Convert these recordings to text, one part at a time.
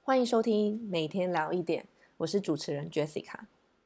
欢迎收听每天聊一点，我是主持人 Jessica。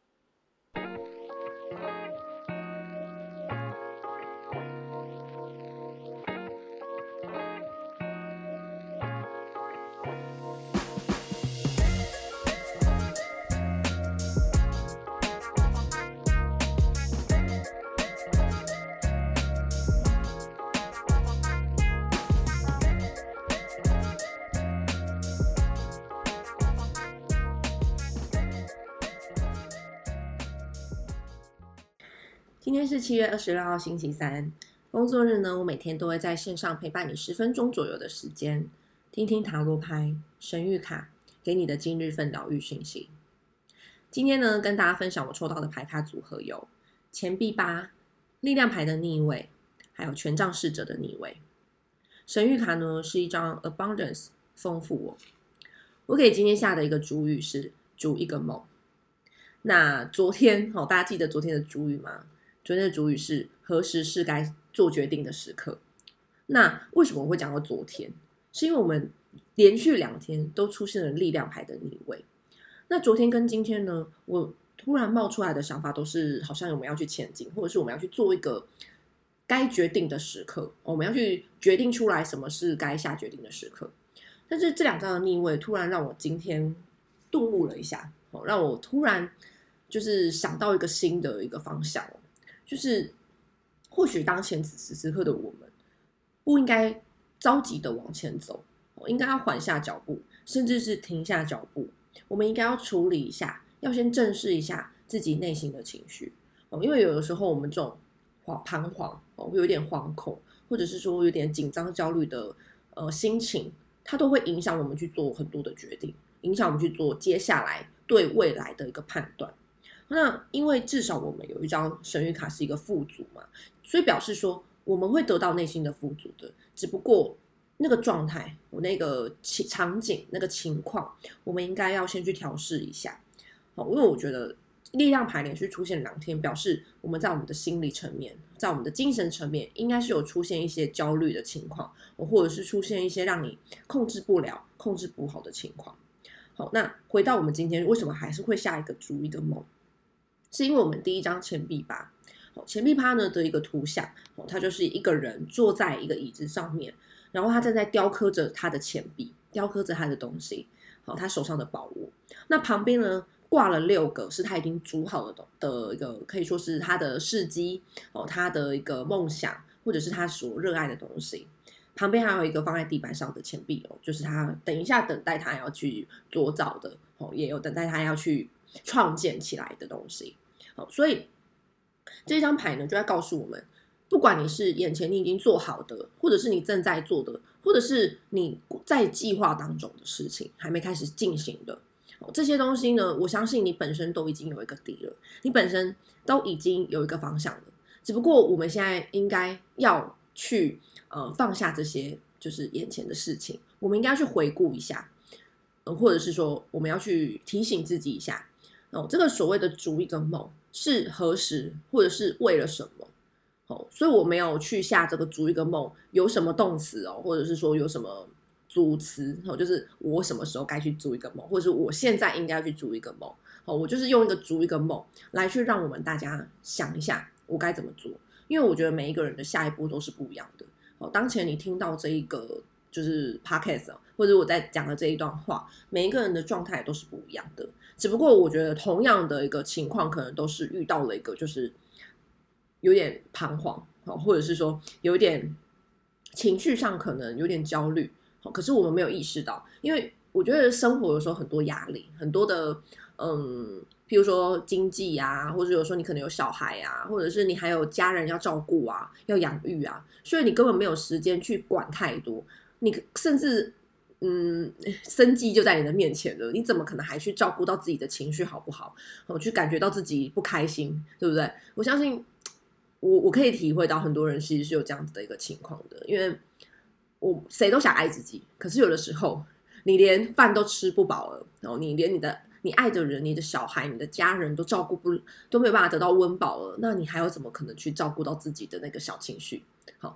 今天是7月26号星期三，工作日呢，我每天都会在线上陪伴你10分钟左右的时间，听听塔罗牌、神谕卡给你的今日份疗愈讯息。今天呢，跟大家分享我抽到的牌卡组合有钱币8、力量牌的逆位，还有权杖侍者的逆位。神谕卡呢是一张 Abundance 丰富我给今天下的一个主语是逐一个梦。那昨天大家记得昨天的主语吗？昨天的主语是何时是该做决定的时刻。那为什么我会讲到昨天？是因为我们连续2天都出现了力量牌的逆位。那昨天跟今天呢，我突然冒出来的想法都是好像我们要去前进，或者是我们要去做一个该决定的时刻，我们要去决定出来什么是该下决定的时刻。但是这2张的逆位突然让我今天顿悟了一下，让我突然就是想到一个新的一个方向，就是或许当前此时此刻的我们不应该着急的往前走，应该要缓下脚步，甚至是停下脚步。我们应该要处理一下，要先正视一下自己内心的情绪，因为有的时候我们这种彷徨，会有点惶恐，或者是说有点紧张焦虑的心情，它都会影响我们去做很多的决定，影响我们去做接下来对未来的一个判断。那因为至少我们有一张神谕卡是一个富足嘛，所以表示说我们会得到内心的富足的，只不过那个状态，那个场景，那个情况，我们应该要先去调试一下。因为我觉得力量牌连续出现2天，表示我们在我们的心理层面，在我们的精神层面，应该是有出现一些焦虑的情况，或者是出现一些让你控制不了、控制不好的情况。好，那回到我们今天为什么还是会下一个逐一个梦，是因为我们第一张钱币8，钱币8呢的一个图像，它就是一个人坐在一个椅子上面，然后他正在雕刻着他的钱币，雕刻着他的东西，他手上的宝物。那旁边呢挂了6个是他已经煮好的一个，可以说是他的事迹，他的一个梦想，或者是他所热爱的东西。旁边还有一个放在地板上的钱币，就是他等一下等待他要去做造的，也有等待他要去创建起来的东西。所以这张牌呢就在告诉我们，不管你是眼前你已经做好的，或者是你正在做的，或者是你在计划当中的事情还没开始进行的，这些东西呢，我相信你本身都已经有一个底了，你本身都已经有一个方向了，只不过我们现在应该要去放下这些就是眼前的事情，我们应该去回顾一下，或者是说我们要去提醒自己一下，这个所谓的逐一个梦是何时，或者是为了什么。所以我没有去下这个逐一个梦有什么动词，或者是说有什么组词，就是我什么时候该去逐一个梦，或者是我现在应该去逐一个梦。我就是用一个逐一个梦来去让我们大家想一下我该怎么做，因为我觉得每一个人的下一步都是不一样的。当前你听到这一个就是 podcast， 或者我在讲的这一段话，每一个人的状态都是不一样的，只不过我觉得同样的一个情况可能都是遇到了一个就是有点彷徨，或者是说有一点情绪上可能有点焦虑，可是我们没有意识到，因为我觉得生活有时候很多压力，很多的譬如说经济啊，或者有时候你可能有小孩啊，或者是你还有家人要照顾啊，要养育啊，所以你根本没有时间去管太多，你甚至生计就在你的面前了，你怎么可能还去照顾到自己的情绪好不好，去感觉到自己不开心，对不对？我相信我可以体会到很多人其实是有这样子的一个情况的，因为谁都想爱自己，可是有的时候你连饭都吃不饱了，然后你连你爱的人、你的小孩、你的家人都没有办法得到温饱了，那你还有怎么可能去照顾到自己的那个小情绪？好，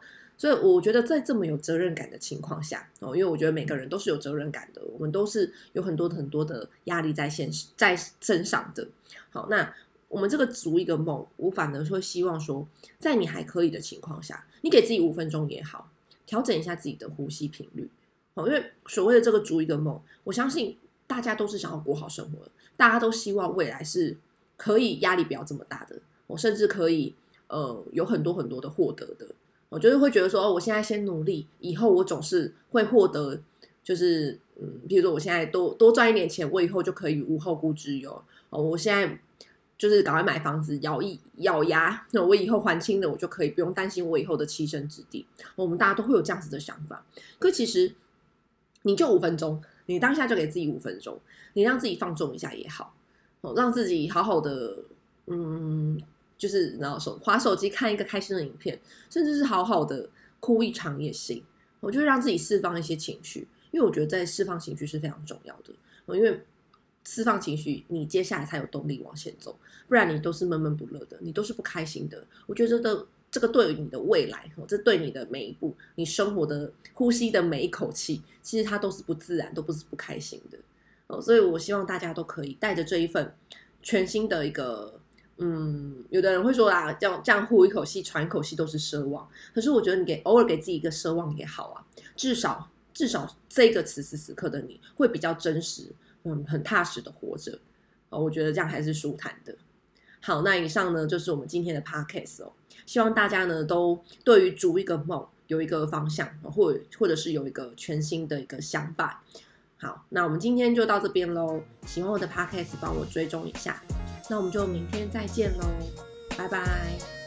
所以我觉得在这么有责任感的情况下，因为我觉得每个人都是有责任感的，我们都是有很多的压力在身上的。好，那我们这个逐一个梦，我反而会希望说，在你还可以的情况下，你给自己5分钟也好，调整一下自己的呼吸频率。因为所谓的这个逐一个梦，我相信大家都是想要过好生活的，大家都希望未来是可以压力不要这么大的，我甚至可以有很多的获得的。我就是会觉得说，我现在先努力，以后我总是会获得，就是比如说我现在多赚一点钱，我以后就可以无后顾之忧。我现在就是赶快买房子，咬牙，那我以后还清了，我就可以不用担心我以后的栖身之地。我们大家都会有这样子的想法，可其实你就5分钟，你当下就给自己5分钟，你让自己放纵一下也好，让自己好好的，就是然后滑手机看一个开心的影片，甚至是好好的哭一场也行。我就会让自己释放一些情绪，因为我觉得在释放情绪是非常重要的。因为释放情绪，你接下来才有动力往前走，不然你都是闷闷不乐的，你都是不开心的。我觉得这个对于你的未来，这对你的每一步，你生活的呼吸的每一口气，其实它都是不自然，都不是不开心的。所以我希望大家都可以带着这一份全新的一个。有的人会说啦，这样呼一口气喘一口气都是奢望，可是我觉得你偶尔给自己一个奢望也好啊，至少这个此时此刻的你会比较真实，很踏实的活着，我觉得这样还是舒坦的。好，那以上呢就是我们今天的 podcast 希望大家呢都对于逐一个梦有一个方向，或者是有一个全新的一个想法。好，那我们今天就到这边咯，喜欢我的 podcast 帮我追踪一下，那我们就明天再见咯，拜拜。